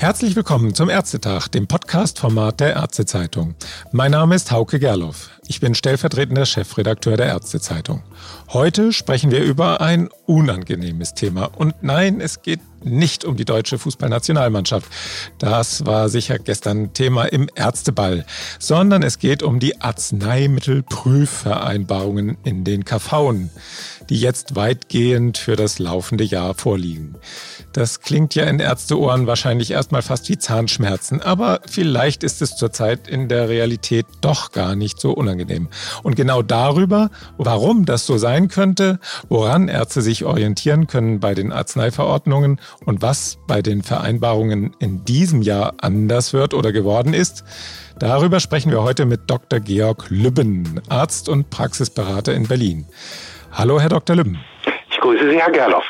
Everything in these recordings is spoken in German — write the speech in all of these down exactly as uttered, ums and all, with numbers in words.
Herzlich willkommen zum Ärztetag, dem Podcast-Format der Ärztezeitung. Mein Name ist Hauke Gerloff. Ich bin stellvertretender Chefredakteur der Ärztezeitung. Heute sprechen wir über ein unangenehmes Thema. Und nein, es geht nicht um die deutsche Fußballnationalmannschaft. Das war sicher gestern Thema im Ärzteball. Sondern es geht um die Arzneimittelprüfvereinbarungen in den K V'n, die jetzt weitgehend für das laufende Jahr vorliegen. Das klingt ja in Ärzteohren wahrscheinlich erstmal fast wie Zahnschmerzen, aber vielleicht ist es zurzeit in der Realität doch gar nicht so unangenehm. Und genau darüber, warum das so sein könnte, woran Ärzte sich orientieren können bei den Arzneiverordnungen und was bei den Vereinbarungen in diesem Jahr anders wird oder geworden ist, darüber sprechen wir heute mit Doktor Georg Lübben, Arzt und Praxisberater in Berlin. Hallo, Herr Doktor Lübben. Ich grüße Sie, Herr Gerloff.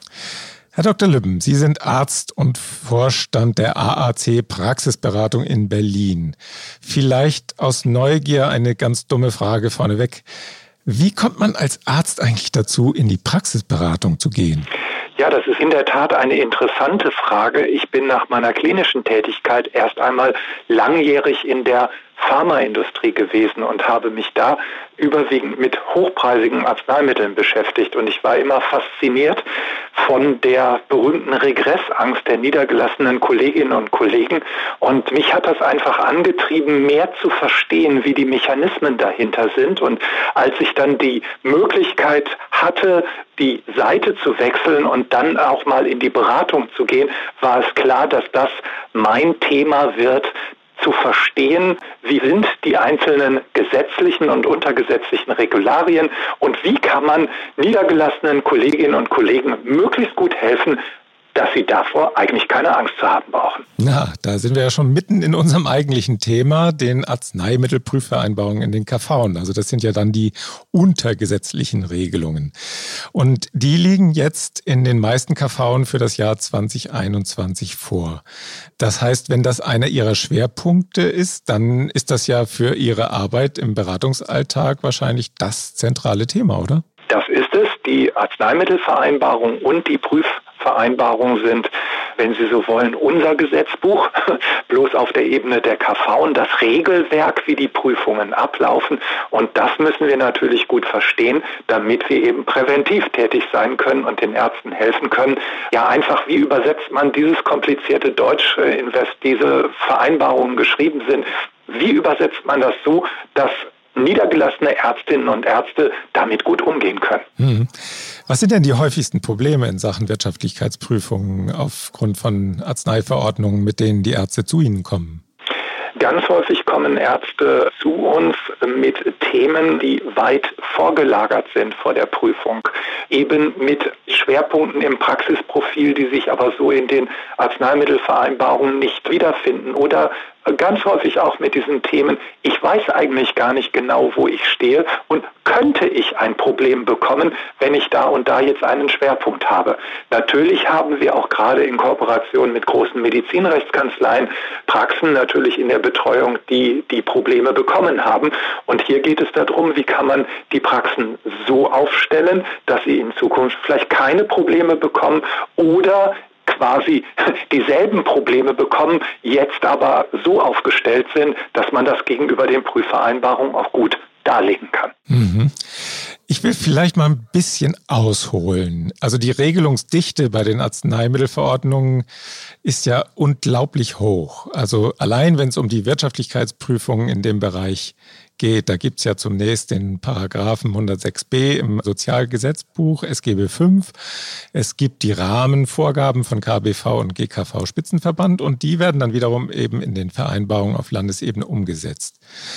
Herr Doktor Lübben, Sie sind Arzt und Vorstand der A A C Praxisberatung in Berlin. Vielleicht aus Neugier eine ganz dumme Frage vorneweg. Wie kommt man als Arzt eigentlich dazu, in die Praxisberatung zu gehen? Ja, das ist in der Tat eine interessante Frage. Ich bin nach meiner klinischen Tätigkeit erst einmal langjährig in der Pharmaindustrie gewesen und habe mich da überwiegend mit hochpreisigen Arzneimitteln beschäftigt. Und ich war immer fasziniert von der berühmten Regressangst der niedergelassenen Kolleginnen und Kollegen. Und mich hat das einfach angetrieben, mehr zu verstehen, wie die Mechanismen dahinter sind. Und als ich dann die Möglichkeit hatte, die Seite zu wechseln und dann auch mal in die Beratung zu gehen, war es klar, dass das mein Thema wird, zu verstehen, wie sind die einzelnen gesetzlichen und untergesetzlichen Regularien und wie kann man niedergelassenen Kolleginnen und Kollegen möglichst gut helfen, dass sie davor eigentlich keine Angst zu haben brauchen. Na, da sind wir ja schon mitten in unserem eigentlichen Thema, den Arzneimittelprüfvereinbarungen in den K V'n. Also das sind ja dann die untergesetzlichen Regelungen. Und die liegen jetzt in den meisten K V'n für das Jahr zwanzig einundzwanzig vor. Das heißt, wenn das einer Ihrer Schwerpunkte ist, dann ist das ja für Ihre Arbeit im Beratungsalltag wahrscheinlich das zentrale Thema, oder? Das ist es. Die Arzneimittelvereinbarung und die Prüfvereinbarung sind, wenn Sie so wollen, unser Gesetzbuch, bloß auf der Ebene der K V'n, das Regelwerk, wie die Prüfungen ablaufen. Und das müssen wir natürlich gut verstehen, damit wir eben präventiv tätig sein können und den Ärzten helfen können. Ja, einfach, wie übersetzt man dieses komplizierte Deutsch, in das diese Vereinbarungen geschrieben sind, wie übersetzt man das so, dass niedergelassene Ärztinnen und Ärzte damit gut umgehen können. Hm. Was sind denn die häufigsten Probleme in Sachen Wirtschaftlichkeitsprüfungen aufgrund von Arzneiverordnungen, mit denen die Ärzte zu Ihnen kommen? Ganz häufig kommen Ärzte zu uns mit Themen, die weit vorgelagert sind vor der Prüfung. Eben mit Schwerpunkten im Praxisprofil, die sich aber so in den Arzneimittelvereinbarungen nicht wiederfinden. Oder ganz häufig auch mit diesen Themen, ich weiß eigentlich gar nicht genau, wo ich stehe und könnte ich ein Problem bekommen, wenn ich da und da jetzt einen Schwerpunkt habe. Natürlich haben wir auch gerade in Kooperation mit großen Medizinrechtskanzleien Praxen natürlich in der Betreuung, die die Probleme bekommen haben. Und hier geht es darum, wie kann man die Praxen so aufstellen, dass sie in Zukunft vielleicht keine Probleme bekommen oder quasi dieselben Probleme bekommen, jetzt aber so aufgestellt sind, dass man das gegenüber den Prüfvereinbarungen auch gut darlegen kann. Mhm. Ich will vielleicht mal ein bisschen ausholen. Also die Regelungsdichte bei den Arzneimittelverordnungen ist ja unglaublich hoch. Also allein wenn es um die Wirtschaftlichkeitsprüfungen in dem Bereich geht, da gibt es ja zunächst den Paragraphen hundertsechs b im Sozialgesetzbuch, S G B fünf. Es gibt die Rahmenvorgaben von K B V und G K V Spitzenverband und die werden dann wiederum eben in den Vereinbarungen auf Landesebene umgesetzt.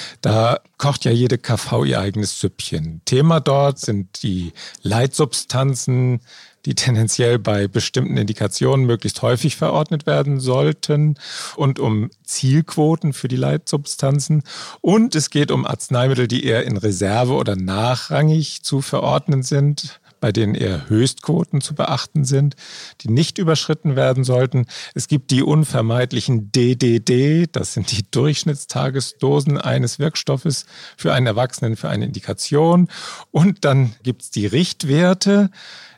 Da kocht ja jede K V ihr eigenes Süppchen. Thema dort sind die Leitsubstanzen, die tendenziell bei bestimmten Indikationen möglichst häufig verordnet werden sollten und um Zielquoten für die Leitsubstanzen. Und es geht um Arzneimittel, die eher in Reserve oder nachrangig zu verordnen sind, bei denen eher Höchstquoten zu beachten sind, die nicht überschritten werden sollten. Es gibt die unvermeidlichen D D D, das sind die Durchschnittstagesdosen eines Wirkstoffes für einen Erwachsenen für eine Indikation. Und dann gibt es die Richtwerte,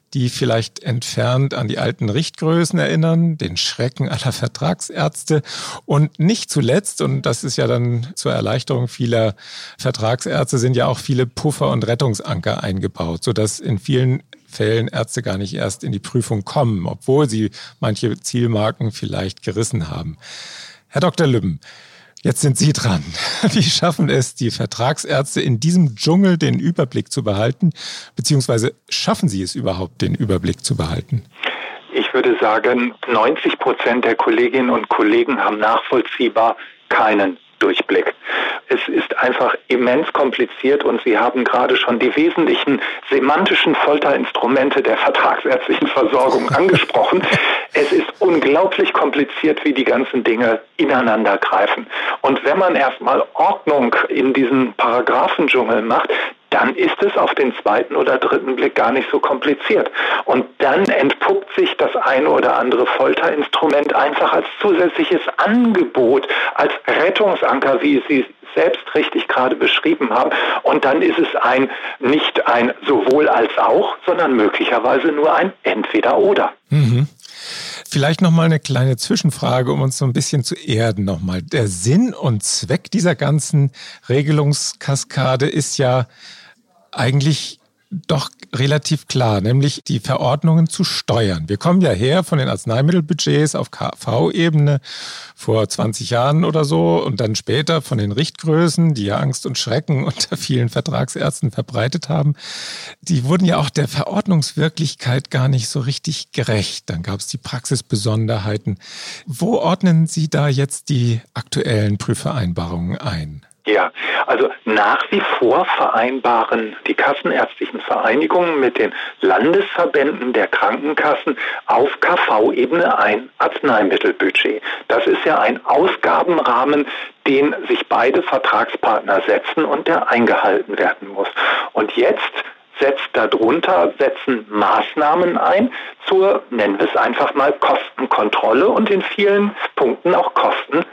die vielleicht entfernt an die alten Richtgrößen erinnern, den Schrecken aller Vertragsärzte und nicht zuletzt, und das ist ja dann zur Erleichterung vieler Vertragsärzte, sind ja auch viele Puffer und Rettungsanker eingebaut, sodass in vielen Fällen Ärzte gar nicht erst in die Prüfung kommen, obwohl sie manche Zielmarken vielleicht gerissen haben. Herr Doktor Lübben, jetzt sind Sie dran. Wie schaffen es die Vertragsärzte in diesem Dschungel den Überblick zu behalten, beziehungsweise schaffen Sie es überhaupt, den Überblick zu behalten? Ich würde sagen, neunzig Prozent der Kolleginnen und Kollegen haben nachvollziehbar keinen Durchblick. Es ist einfach immens kompliziert und Sie haben gerade schon die wesentlichen semantischen Folterinstrumente der vertragsärztlichen Versorgung angesprochen. Es ist unglaublich kompliziert, wie die ganzen Dinge ineinander greifen. Und wenn man erstmal Ordnung in diesen Paragraphendschungel macht, dann ist es auf den zweiten oder dritten Blick gar nicht so kompliziert. Und dann entpuppt sich das eine oder andere Folterinstrument einfach als zusätzliches Angebot, als Rettungsanker, wie Sie selbst richtig gerade beschrieben haben. Und dann ist es ein nicht ein sowohl als auch, sondern möglicherweise nur ein Entweder-Oder. Mhm. Vielleicht nochmal eine kleine Zwischenfrage, um uns so ein bisschen zu erden nochmal. Der Sinn und Zweck dieser ganzen Regelungskaskade ist ja eigentlich doch relativ klar, nämlich die Verordnungen zu steuern. Wir kommen ja her von den Arzneimittelbudgets auf K V-Ebene vor zwanzig Jahren oder so und dann später von den Richtgrößen, die ja Angst und Schrecken unter vielen Vertragsärzten verbreitet haben. Die wurden ja auch der Verordnungswirklichkeit gar nicht so richtig gerecht. Dann gab es die Praxisbesonderheiten. Wo ordnen Sie da jetzt die aktuellen Prüfvereinbarungen ein? Ja, also nach wie vor vereinbaren die kassenärztlichen Vereinigungen mit den Landesverbänden der Krankenkassen auf K V-Ebene ein Arzneimittelbudget. Das ist ja ein Ausgabenrahmen, den sich beide Vertragspartner setzen und der eingehalten werden muss. Und jetzt setzt darunter, setzen Maßnahmen ein zur, nennen wir es einfach mal, Kostenkontrolle und in vielen Punkten auch Kostendämpfung.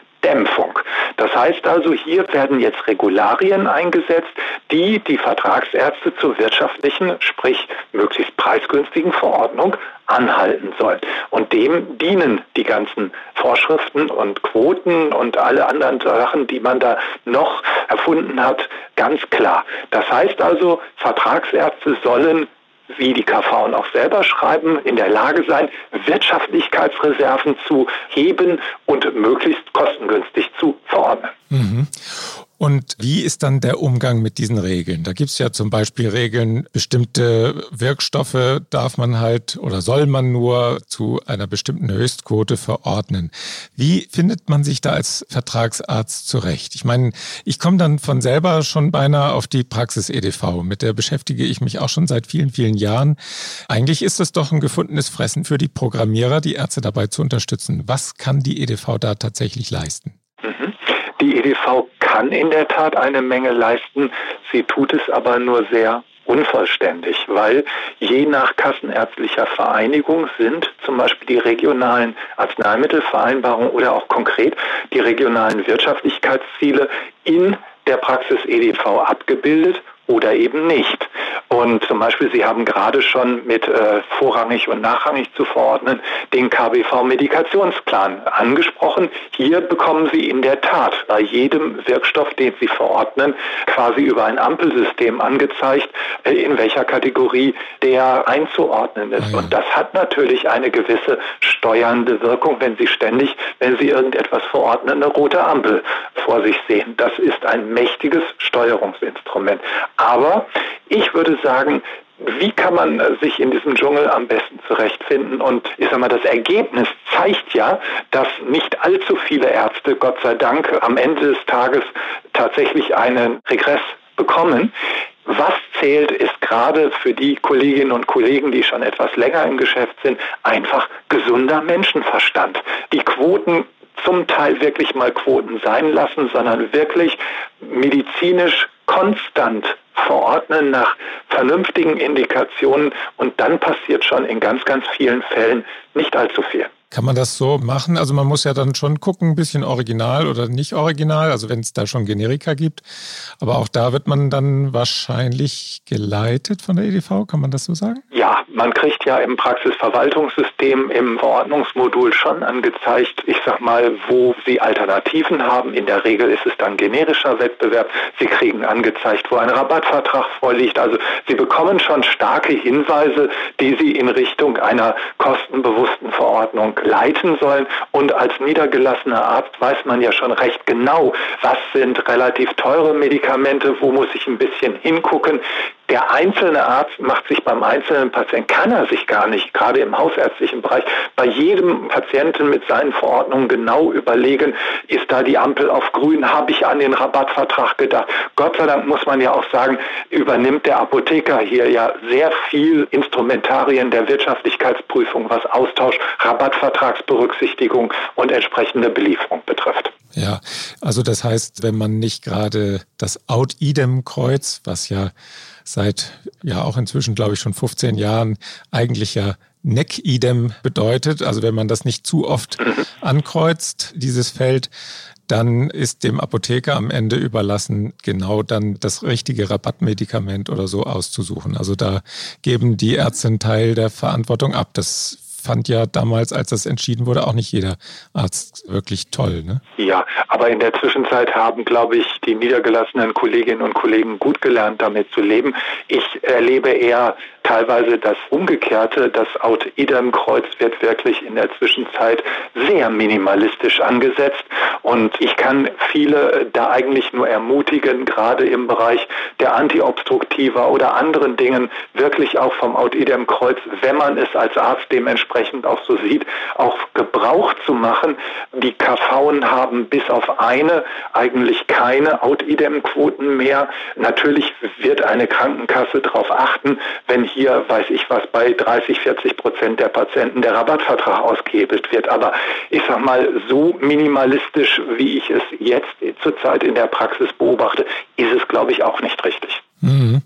Das heißt also, hier werden jetzt Regularien eingesetzt, die die Vertragsärzte zur wirtschaftlichen, sprich möglichst preisgünstigen Verordnung anhalten sollen. Und dem dienen die ganzen Vorschriften und Quoten und alle anderen Sachen, die man da noch erfunden hat, ganz klar. Das heißt also, Vertragsärzte sollen, wie die K V auch selber schreiben, in der Lage sein, Wirtschaftlichkeitsreserven zu heben und möglichst kostengünstig zu verordnen. Mhm. Und wie ist dann der Umgang mit diesen Regeln? Da gibt es ja zum Beispiel Regeln, bestimmte Wirkstoffe darf man halt oder soll man nur zu einer bestimmten Höchstquote verordnen. Wie findet man sich da als Vertragsarzt zurecht? Ich meine, ich komme dann von selber schon beinahe auf die Praxis-E D V. Mit der beschäftige ich mich auch schon seit vielen, vielen Jahren. Eigentlich ist es doch ein gefundenes Fressen für die Programmierer, die Ärzte dabei zu unterstützen. Was kann die E D V da tatsächlich leisten? Mhm. Die E D V kann in der Tat eine Menge leisten, sie tut es aber nur sehr unvollständig, weil je nach kassenärztlicher Vereinigung sind zum Beispiel die regionalen Arzneimittelvereinbarungen oder auch konkret die regionalen Wirtschaftlichkeitsziele in der Praxis-E D V abgebildet oder eben nicht. Und zum Beispiel, Sie haben gerade schon mit äh, vorrangig und nachrangig zu verordnen den K B V-Medikationsplan angesprochen. Hier bekommen Sie in der Tat bei jedem Wirkstoff, den Sie verordnen, quasi über ein Ampelsystem angezeigt, äh, in welcher Kategorie der einzuordnen ist. Und das hat natürlich eine gewisse steuernde Wirkung, wenn Sie ständig, wenn Sie irgendetwas verordnen, eine rote Ampel vor sich sehen. Das ist ein mächtiges Steuerungsinstrument. Aber ich würde sagen, wie kann man sich in diesem Dschungel am besten zurechtfinden? Und ich sag mal, das Ergebnis zeigt ja, dass nicht allzu viele Ärzte, Gott sei Dank, am Ende des Tages tatsächlich einen Regress bekommen. Was zählt, ist gerade für die Kolleginnen und Kollegen, die schon etwas länger im Geschäft sind, einfach gesunder Menschenverstand. Die Quoten zum Teil wirklich mal Quoten sein lassen, sondern wirklich medizinisch konstant verordnen nach vernünftigen Indikationen und dann passiert schon in ganz, ganz vielen Fällen nicht allzu viel. Kann man das so machen? Also man muss ja dann schon gucken, ein bisschen original oder nicht original, also wenn es da schon Generika gibt. Aber auch da wird man dann wahrscheinlich geleitet von der E D V, kann man das so sagen? Ja. Ja, man kriegt ja im Praxisverwaltungssystem im Verordnungsmodul schon angezeigt, ich sag mal, wo Sie Alternativen haben. In der Regel ist es dann generischer Wettbewerb. Sie kriegen angezeigt, wo ein Rabattvertrag vorliegt. Also Sie bekommen schon starke Hinweise, die Sie in Richtung einer kostenbewussten Verordnung leiten sollen. Und als niedergelassener Arzt weiß man ja schon recht genau, was sind relativ teure Medikamente, wo muss ich ein bisschen hingucken. Der einzelne Arzt macht sich beim einzelnen Patienten, kann er sich gar nicht, gerade im hausärztlichen Bereich, bei jedem Patienten mit seinen Verordnungen genau überlegen, ist da die Ampel auf grün, habe ich an den Rabattvertrag gedacht. Gott sei Dank muss man ja auch sagen, übernimmt der Apotheker hier ja sehr viel Instrumentarien der Wirtschaftlichkeitsprüfung, was Austausch, Rabattvertragsberücksichtigung und entsprechende Belieferung betrifft. Ja, also das heißt, wenn man nicht gerade das Out-Idem-Kreuz, was ja seit ja auch inzwischen, glaube ich, schon fünfzehn Jahren eigentlich ja Nec-Idem bedeutet, also wenn man das nicht zu oft ankreuzt, dieses Feld, dann ist dem Apotheker am Ende überlassen, genau dann das richtige Rabattmedikament oder so auszusuchen. Also da geben die Ärzte einen Teil der Verantwortung ab. Das fand ja damals, als das entschieden wurde, auch nicht jeder Arzt wirklich toll, ne? Ja, aber in der Zwischenzeit haben, glaube ich, die niedergelassenen Kolleginnen und Kollegen gut gelernt, damit zu leben. Ich erlebe eher teilweise das Umgekehrte. Das Out-Idem-Kreuz wird wirklich in der Zwischenzeit sehr minimalistisch angesetzt. Und ich kann viele da eigentlich nur ermutigen, gerade im Bereich der Antiobstruktiva oder anderen Dingen, wirklich auch vom Out-Idem-Kreuz, wenn man es als Arzt dementsprechend auch so sieht, auch Gebrauch zu machen. Die K V'en haben bis auf eine eigentlich keine Out-Idem-Quoten mehr. Natürlich wird eine Krankenkasse darauf achten, wenn hier, weiß ich was, bei dreißig, vierzig Prozent der Patienten der Rabattvertrag ausgehebelt wird. Aber ich sag mal, so minimalistisch, wie ich es jetzt zurzeit in der Praxis beobachte, ist es, glaube ich, auch nicht richtig. Mhm.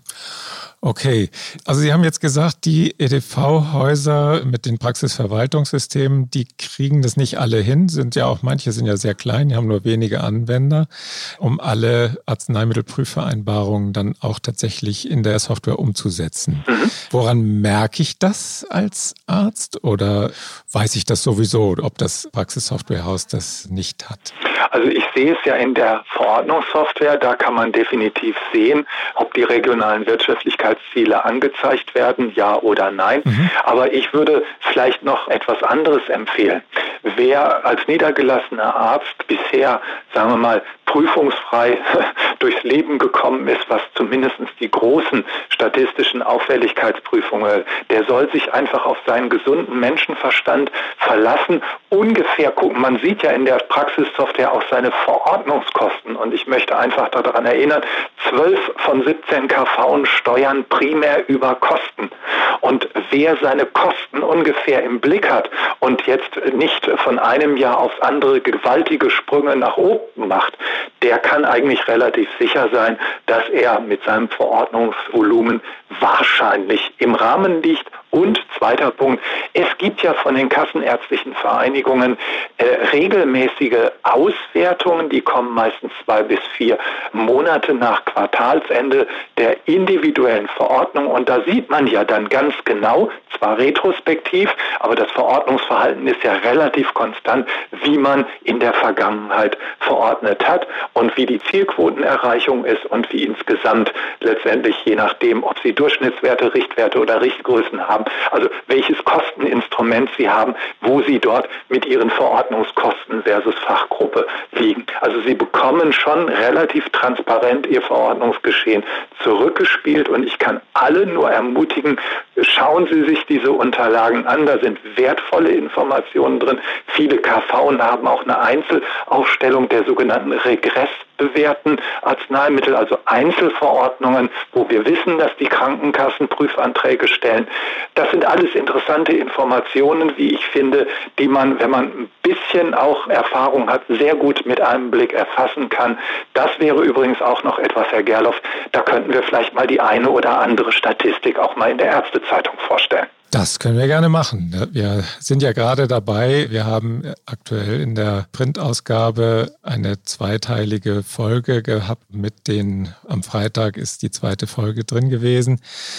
Okay, also Sie haben jetzt gesagt, die E D V-Häuser mit den Praxisverwaltungssystemen, die kriegen das nicht alle hin, sind ja auch, manche sind ja sehr klein, die haben nur wenige Anwender, um alle Arzneimittelprüfvereinbarungen dann auch tatsächlich in der Software umzusetzen. Mhm. Woran merke ich das als Arzt oder weiß ich das sowieso, ob das Praxissoftwarehaus das nicht hat? Also ich sehe es ja in der Verordnungssoftware, da kann man definitiv sehen, ob die regionalen Wirtschaftlichkeitsziele angezeigt werden, ja oder nein. Mhm. Aber ich würde vielleicht noch etwas anderes empfehlen. Wer als niedergelassener Arzt bisher, sagen wir mal, prüfungsfrei durchs Leben gekommen ist, was zumindest die großen statistischen Auffälligkeitsprüfungen, der soll sich einfach auf seinen gesunden Menschenverstand verlassen, ungefähr gucken. Man sieht ja in der Praxissoftware auch seine Verordnungskosten und ich möchte einfach daran erinnern, zwölf von siebzehn K V'en steuern primär über Kosten. Und wer seine Kosten ungefähr im Blick hat und jetzt nicht von einem Jahr aufs andere gewaltige Sprünge nach oben macht, der kann eigentlich relativ sicher sein, dass er mit seinem Verordnungsvolumen wahrscheinlich im Rahmen liegt. Und zweiter Punkt, es gibt ja von den kassenärztlichen Vereinigungen äh, regelmäßige Auswertungen, die kommen meistens zwei bis vier Monate nach Quartalsende der individuellen Verordnung. Und da sieht man ja dann ganz genau, zwar retrospektiv, aber das Verordnungsverhalten ist ja relativ konstant, wie man in der Vergangenheit verordnet hat und wie die Zielquotenerreichung ist und wie insgesamt letztendlich, je nachdem, ob Sie Durchschnittswerte, Richtwerte oder Richtgrößen haben, also welches Kosteninstrument Sie haben, wo Sie dort mit Ihren Verordnungskosten versus Fachgruppe liegen. Also Sie bekommen schon relativ transparent Ihr Verordnungsgeschehen zurückgespielt und ich kann alle nur ermutigen, schauen Sie sich diese Unterlagen an, da sind wertvolle Informationen drin. Viele K V'en haben auch eine Einzelaufstellung der sogenannten regressbewährten Arzneimittel, also Einzelverordnungen, wo wir wissen, dass die Krankenkassen Prüfanträge stellen. Das sind alles interessante Informationen, wie ich finde, die man, wenn man ein bisschen auch Erfahrung hat, sehr gut mit einem Blick erfassen kann. Das wäre übrigens auch noch etwas, Herr Gerloff, da könnten wir vielleicht mal die eine oder andere Statistik auch mal in der Ärztezeitung vorstellen. Das können wir gerne machen. Wir sind ja gerade dabei. Wir haben aktuell in der Printausgabe eine zweiteilige Folge gehabt mit den, am Freitag ist die zweite Folge drin gewesen.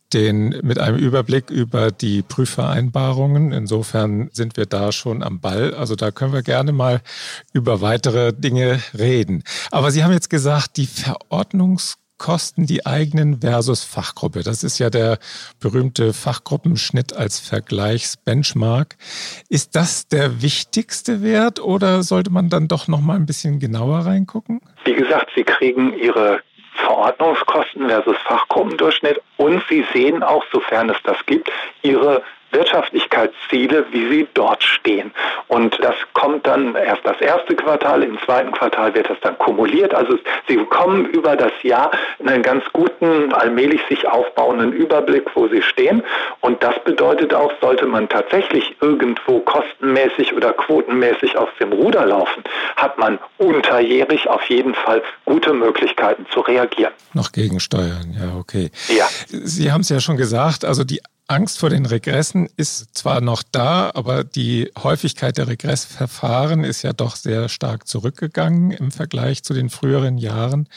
den, mit einem Überblick über die Prüfvereinbarungen. Insofern sind wir da schon am Ball. Also da können wir gerne mal über weitere Dinge reden. Aber Sie haben jetzt gesagt, die Verordnungskosten, die eigenen versus Fachgruppe. Das ist ja der berühmte Fachgruppenschnitt als Vergleichsbenchmark. Ist das der wichtigste Wert oder sollte man dann doch noch mal ein bisschen genauer reingucken? Wie gesagt, Sie kriegen Ihre Verordnungskosten versus Fachgruppendurchschnitt und Sie sehen auch, sofern es das gibt, Ihre Wirtschaftlichkeitsziele, wie sie dort stehen. Und das kommt dann erst das erste Quartal, im zweiten Quartal wird das dann kumuliert. Also Sie bekommen über das Jahr einen ganz guten, allmählich sich aufbauenden Überblick, wo Sie stehen. Und das bedeutet auch, sollte man tatsächlich irgendwo kostenmäßig oder quotenmäßig aus dem Ruder laufen, hat man unterjährig auf jeden Fall gute Möglichkeiten zu reagieren. Noch gegensteuern, ja, okay. Ja. Sie haben es ja schon gesagt, also die Angst vor den Regressen ist zwar noch da, aber die Häufigkeit der Regressverfahren ist ja doch sehr stark zurückgegangen im Vergleich zu den früheren Jahren.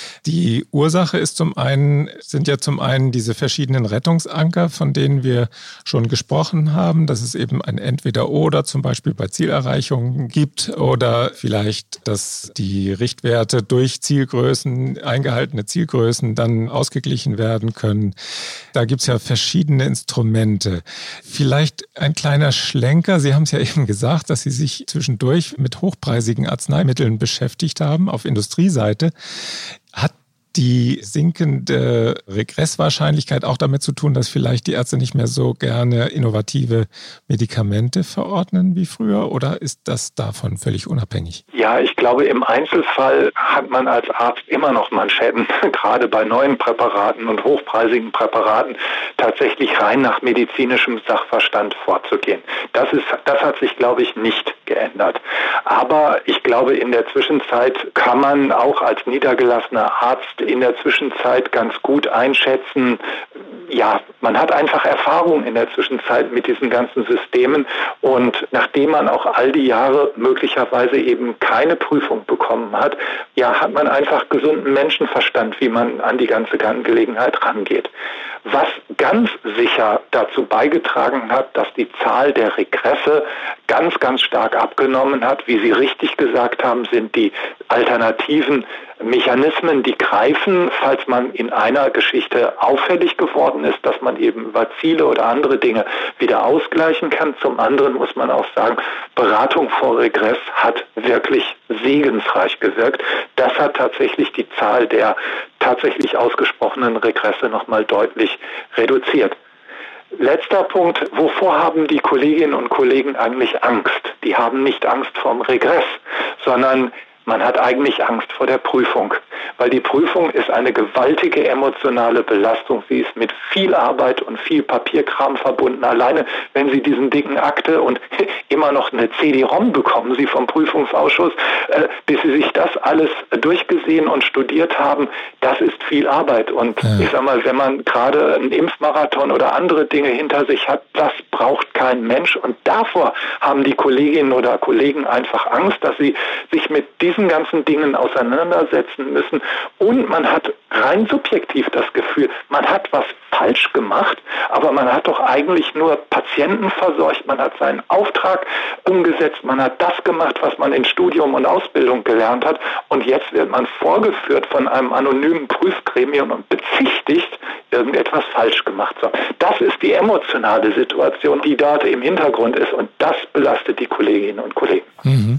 Die Ursache ist zum einen, sind ja zum einen diese verschiedenen Rettungsanker, von denen wir schon gesprochen haben, dass es eben ein Entweder-Oder zum Beispiel bei Zielerreichungen gibt oder vielleicht, dass die Richtwerte durch Zielgrößen, eingehaltene Zielgrößen dann ausgeglichen werden können. Da gibt es ja verschiedene Instrumente. Vielleicht ein kleiner Schlenker. Sie haben es ja eben gesagt, dass Sie sich zwischendurch mit hochpreisigen Arzneimitteln beschäftigt haben auf Industrieseite. Hat die sinkende Regresswahrscheinlichkeit auch damit zu tun, dass vielleicht die Ärzte nicht mehr so gerne innovative Medikamente verordnen wie früher, oder ist das davon völlig unabhängig? Ja, ich glaube, im Einzelfall hat man als Arzt immer noch Manschetten, gerade bei neuen Präparaten und hochpreisigen Präparaten, tatsächlich rein nach medizinischem Sachverstand vorzugehen. Das ist, das hat sich, glaube ich, nicht geändert. Aber ich glaube, in der Zwischenzeit kann man auch als niedergelassener Arzt in der Zwischenzeit ganz gut einschätzen. Ja, man hat einfach Erfahrung in der Zwischenzeit mit diesen ganzen Systemen und nachdem man auch all die Jahre möglicherweise eben keine Prüfung bekommen hat, ja, hat man einfach gesunden Menschenverstand, wie man an die ganze Angelegenheit rangeht. Was ganz sicher dazu beigetragen hat, dass die Zahl der Regresse ganz, ganz stark abgenommen hat, wie Sie richtig gesagt haben, sind die alternativen Mechanismen, die greifen, falls man in einer Geschichte auffällig geworden ist, dass man eben über Ziele oder andere Dinge wieder ausgleichen kann. Zum anderen muss man auch sagen, Beratung vor Regress hat wirklich segensreich gewirkt. Das hat tatsächlich die Zahl der tatsächlich ausgesprochenen Regresse nochmal deutlich reduziert. Letzter Punkt, wovor haben die Kolleginnen und Kollegen eigentlich Angst? Die haben nicht Angst vorm Regress, sondern man hat eigentlich Angst vor der Prüfung, weil die Prüfung ist eine gewaltige emotionale Belastung. Sie ist mit viel Arbeit und viel Papierkram verbunden. Alleine, wenn Sie diesen dicken Akte und immer noch eine C D-ROM bekommen, Sie vom Prüfungsausschuss, äh, bis Sie sich das alles durchgesehen und studiert haben, das ist viel Arbeit. Und ja. ich sag mal, wenn man gerade einen Impfmarathon oder andere Dinge hinter sich hat, das braucht kein Mensch. Und davor haben die Kolleginnen oder Kollegen einfach Angst, dass sie sich mit diesen ganzen Dingen auseinandersetzen müssen. Und man hat rein subjektiv das Gefühl, man hat was falsch gemacht, aber man hat doch eigentlich nur Patienten versorgt, man hat seinen Auftrag umgesetzt, man hat das gemacht, was man in Studium und Ausbildung gelernt hat und jetzt wird man vorgeführt von einem anonymen Prüfgremium und bezichtigt, irgendetwas falsch gemacht zu haben. Das ist die emotionale Situation, die dort im Hintergrund ist und das belastet die Kolleginnen und Kollegen. Mhm.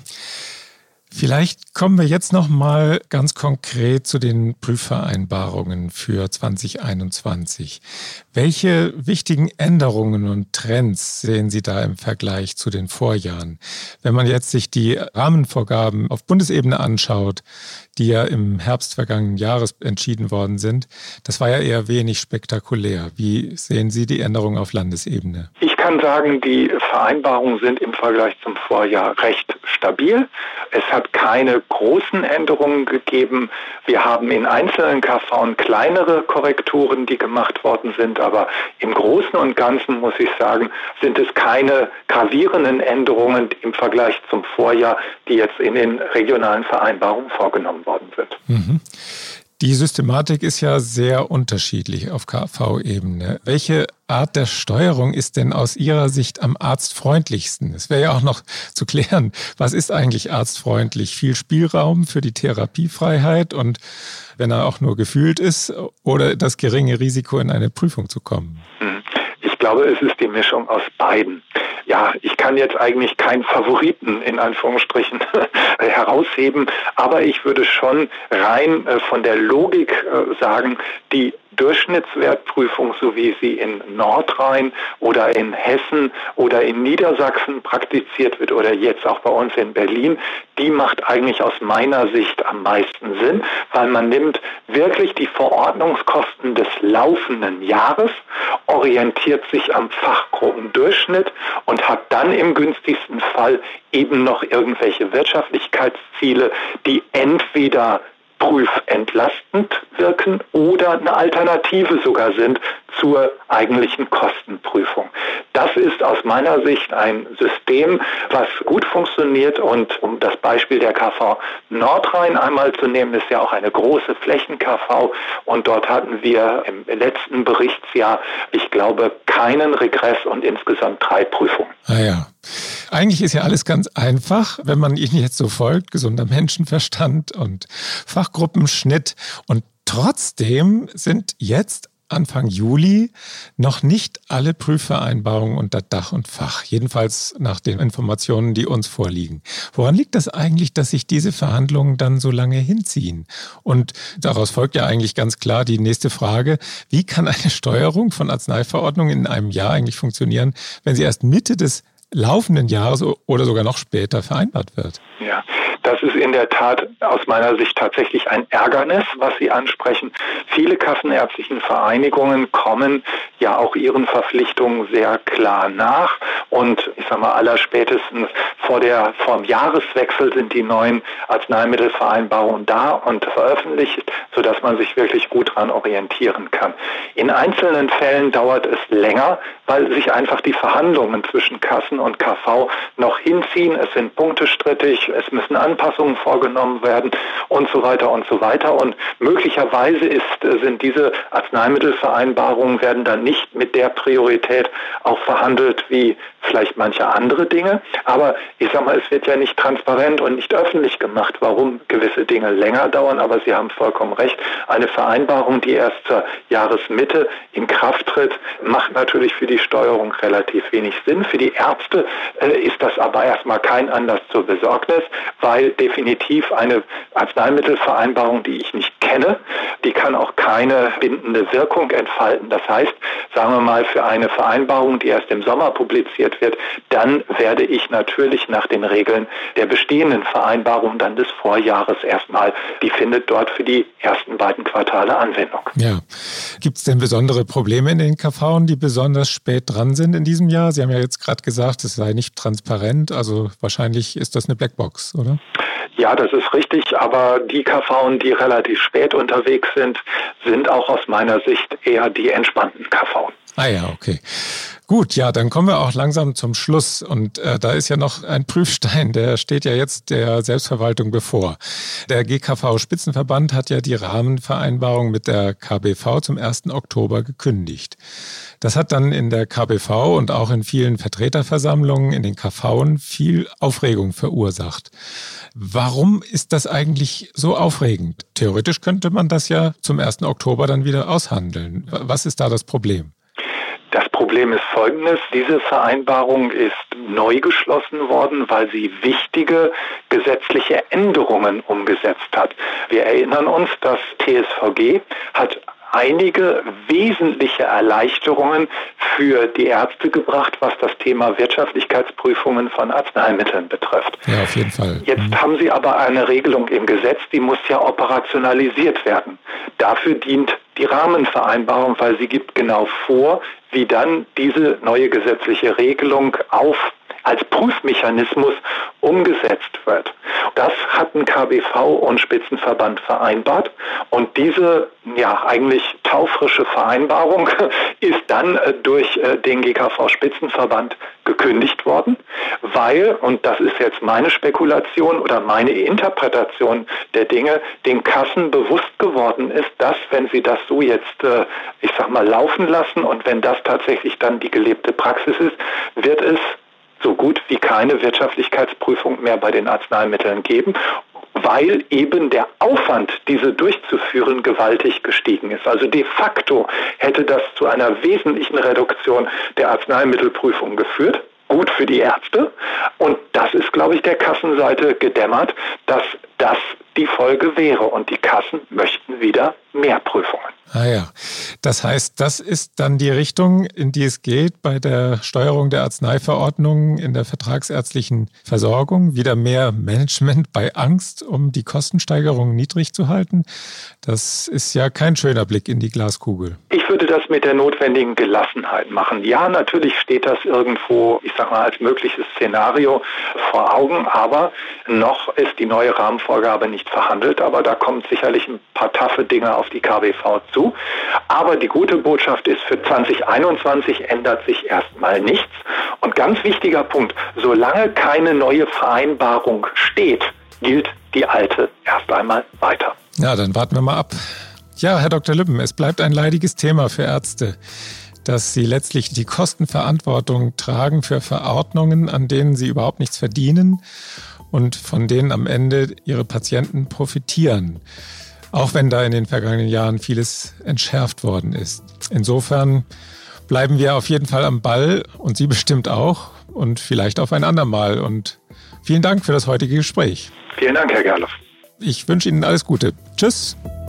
Vielleicht kommen wir jetzt noch mal ganz konkret zu den Prüfvereinbarungen für zwanzig einundzwanzig. Welche wichtigen Änderungen und Trends sehen Sie da im Vergleich zu den Vorjahren? Wenn man jetzt sich die Rahmenvorgaben auf Bundesebene anschaut, die ja im Herbst vergangenen Jahres entschieden worden sind, das war ja eher wenig spektakulär. Wie sehen Sie die Änderungen auf Landesebene? Ich kann sagen, die Vereinbarungen sind im Vergleich zum Vorjahr recht stabil. Es hat keine großen Änderungen gegeben. Wir haben in einzelnen K V kleinere Korrekturen, die gemacht worden sind, aber im Großen und Ganzen, muss ich sagen, sind es keine gravierenden Änderungen im Vergleich zum Vorjahr, die jetzt in den regionalen Vereinbarungen vorgenommen worden sind. Mhm. Die Systematik ist ja sehr unterschiedlich auf K V-Ebene. Welche Art der Steuerung ist denn aus Ihrer Sicht am arztfreundlichsten? Es wäre ja auch noch zu klären, was ist eigentlich arztfreundlich? Viel Spielraum für die Therapiefreiheit und wenn er auch nur gefühlt ist oder das geringe Risiko, in eine Prüfung zu kommen? Ich glaube, es ist die Mischung aus beiden. Ja, ich kann jetzt eigentlich keinen Favoriten in Anführungsstrichen herausheben, aber ich würde schon rein äh, von der Logik äh, sagen, die Durchschnittswertprüfung, so wie sie in Nordrhein oder in Hessen oder in Niedersachsen praktiziert wird oder jetzt auch bei uns in Berlin, die macht eigentlich aus meiner Sicht am meisten Sinn, weil man nimmt wirklich die Verordnungskosten des laufenden Jahres, orientiert sich am Fachgruppendurchschnitt und hat dann im günstigsten Fall eben noch irgendwelche Wirtschaftlichkeitsziele, die entweder prüfentlastend wirken oder eine Alternative sogar sind zur eigentlichen Kostenprüfung. Das ist aus meiner Sicht ein System, was gut funktioniert und um das Beispiel der K V Nordrhein einmal zu nehmen, ist ja auch eine große Flächen-K V und dort hatten wir im letzten Berichtsjahr, ich glaube, keinen Regress und insgesamt drei Prüfungen. Ah ja. Eigentlich ist ja alles ganz einfach, wenn man Ihnen jetzt so folgt, gesunder Menschenverstand und Fachgruppenschnitt. Und trotzdem sind jetzt Anfang Juli noch nicht alle Prüfvereinbarungen unter Dach und Fach, jedenfalls nach den Informationen, die uns vorliegen. Woran liegt das eigentlich, dass sich diese Verhandlungen dann so lange hinziehen? Und daraus folgt ja eigentlich ganz klar die nächste Frage, wie kann eine Steuerung von Arzneiverordnungen in einem Jahr eigentlich funktionieren, wenn sie erst Mitte des laufenden Jahres oder sogar noch später vereinbart wird? Ja, das ist in der Tat aus meiner Sicht tatsächlich ein Ärgernis, was Sie ansprechen. Viele kassenärztlichen Vereinigungen kommen ja auch ihren Verpflichtungen sehr klar nach und ich sage mal allerspätestens vor der vor dem Jahreswechsel sind die neuen Arzneimittelvereinbarungen da und veröffentlicht, sodass man sich wirklich gut daran orientieren kann. In einzelnen Fällen dauert es länger, weil sich einfach die Verhandlungen zwischen Kassen und K V noch hinziehen. Es sind Punkte strittig, es müssen Anpassungen vorgenommen werden und so weiter und so weiter. Und möglicherweise ist, sind diese Arzneimittelvereinbarungen werden dann nicht mit der Priorität auch verhandelt wie vielleicht manche andere Dinge. Aber ich sag mal, es wird ja nicht transparent und nicht öffentlich gemacht, warum gewisse Dinge länger dauern. Aber Sie haben vollkommen recht. Eine Vereinbarung, die erst zur Jahresmitte in Kraft tritt, macht natürlich für die Steuerung relativ wenig Sinn. Für die Ärzte äh, ist das aber erstmal kein Anlass zur Besorgnis, weil definitiv eine Arzneimittelvereinbarung, die ich nicht kenne, die kann auch keine bindende Wirkung entfalten. Das heißt, sagen wir mal, für eine Vereinbarung, die erst im Sommer publiziert wird, dann werde ich natürlich nach den Regeln der bestehenden Vereinbarung dann des Vorjahres erstmal, die findet dort für die ersten beiden Quartale Anwendung. Ja. Gibt es denn besondere Probleme in den K Vs, die besonders spät dran sind in diesem Jahr? Sie haben ja jetzt gerade gesagt, es sei nicht transparent, also wahrscheinlich ist das eine Blackbox, oder? Ja, das ist richtig, aber die K Vs, die relativ spät unterwegs sind, sind auch aus meiner Sicht eher die entspannten K Vs. Ah ja, okay. Gut, ja, dann kommen wir auch langsam zum Schluss. Und äh, da ist ja noch ein Prüfstein, der steht ja jetzt der Selbstverwaltung bevor. Der G K V-Spitzenverband hat ja die Rahmenvereinbarung mit der K B V zum ersten Oktober gekündigt. Das hat dann in der K B V und auch in vielen Vertreterversammlungen in den K Vs viel Aufregung verursacht. Warum ist das eigentlich so aufregend? Theoretisch könnte man das ja zum ersten Oktober dann wieder aushandeln. Was ist da das Problem? Das Problem ist folgendes. Diese Vereinbarung ist neu geschlossen worden, weil sie wichtige gesetzliche Änderungen umgesetzt hat. Wir erinnern uns, das T S V G hat einige wesentliche Erleichterungen für die Ärzte gebracht, was das Thema Wirtschaftlichkeitsprüfungen von Arzneimitteln betrifft. Ja, auf jeden Fall. Jetzt mhm. haben Sie aber eine Regelung im Gesetz, die muss ja operationalisiert werden. Dafür dient die Rahmenvereinbarung, weil sie gibt genau vor, wie dann diese neue gesetzliche Regelung auf als Prüfmechanismus umgesetzt wird. Das hatten K B V und Spitzenverband vereinbart und diese ja eigentlich taufrische Vereinbarung ist dann äh, durch äh, den G K V-Spitzenverband gekündigt worden, weil, und das ist jetzt meine Spekulation oder meine Interpretation der Dinge, den Kassen bewusst geworden ist, dass, wenn sie das so jetzt, äh, ich sag mal, laufen lassen und wenn das tatsächlich dann die gelebte Praxis ist, wird es so gut wie keine Wirtschaftlichkeitsprüfung mehr bei den Arzneimitteln geben, weil eben der Aufwand, diese durchzuführen, gewaltig gestiegen ist. Also de facto hätte das zu einer wesentlichen Reduktion der Arzneimittelprüfung geführt. Gut für die Ärzte. Und das ist, glaube ich, der Kassenseite gedämmert, dass das die Folge wäre. Und die Kassen möchten wieder mehr Prüfungen. Ah ja, das heißt, das ist dann die Richtung, in die es geht bei der Steuerung der Arzneiverordnungen in der vertragsärztlichen Versorgung. Wieder mehr Management bei Angst, um die Kostensteigerungen niedrig zu halten. Das ist ja kein schöner Blick in die Glaskugel. Ich würde das mit der notwendigen Gelassenheit machen. Ja, natürlich steht das irgendwo, ich sag mal, als mögliches Szenario vor Augen, aber noch ist die neue Rahmenvorgabe nicht verhandelt, aber da kommen sicherlich ein paar taffe Dinge auf die K B V zu. Aber die gute Botschaft ist, für zwanzig einundzwanzig ändert sich erstmal nichts. Und ganz wichtiger Punkt, solange keine neue Vereinbarung steht, gilt die alte erst einmal weiter. Ja, dann warten wir mal ab. Ja, Herr Doktor Lübben, es bleibt ein leidiges Thema für Ärzte, dass sie letztlich die Kostenverantwortung tragen für Verordnungen, an denen sie überhaupt nichts verdienen und von denen am Ende ihre Patienten profitieren. Auch wenn da in den vergangenen Jahren vieles entschärft worden ist. Insofern bleiben wir auf jeden Fall am Ball und Sie bestimmt auch und vielleicht auf ein andermal. Und vielen Dank für das heutige Gespräch. Vielen Dank, Herr Gerloff. Ich wünsche Ihnen alles Gute. Tschüss.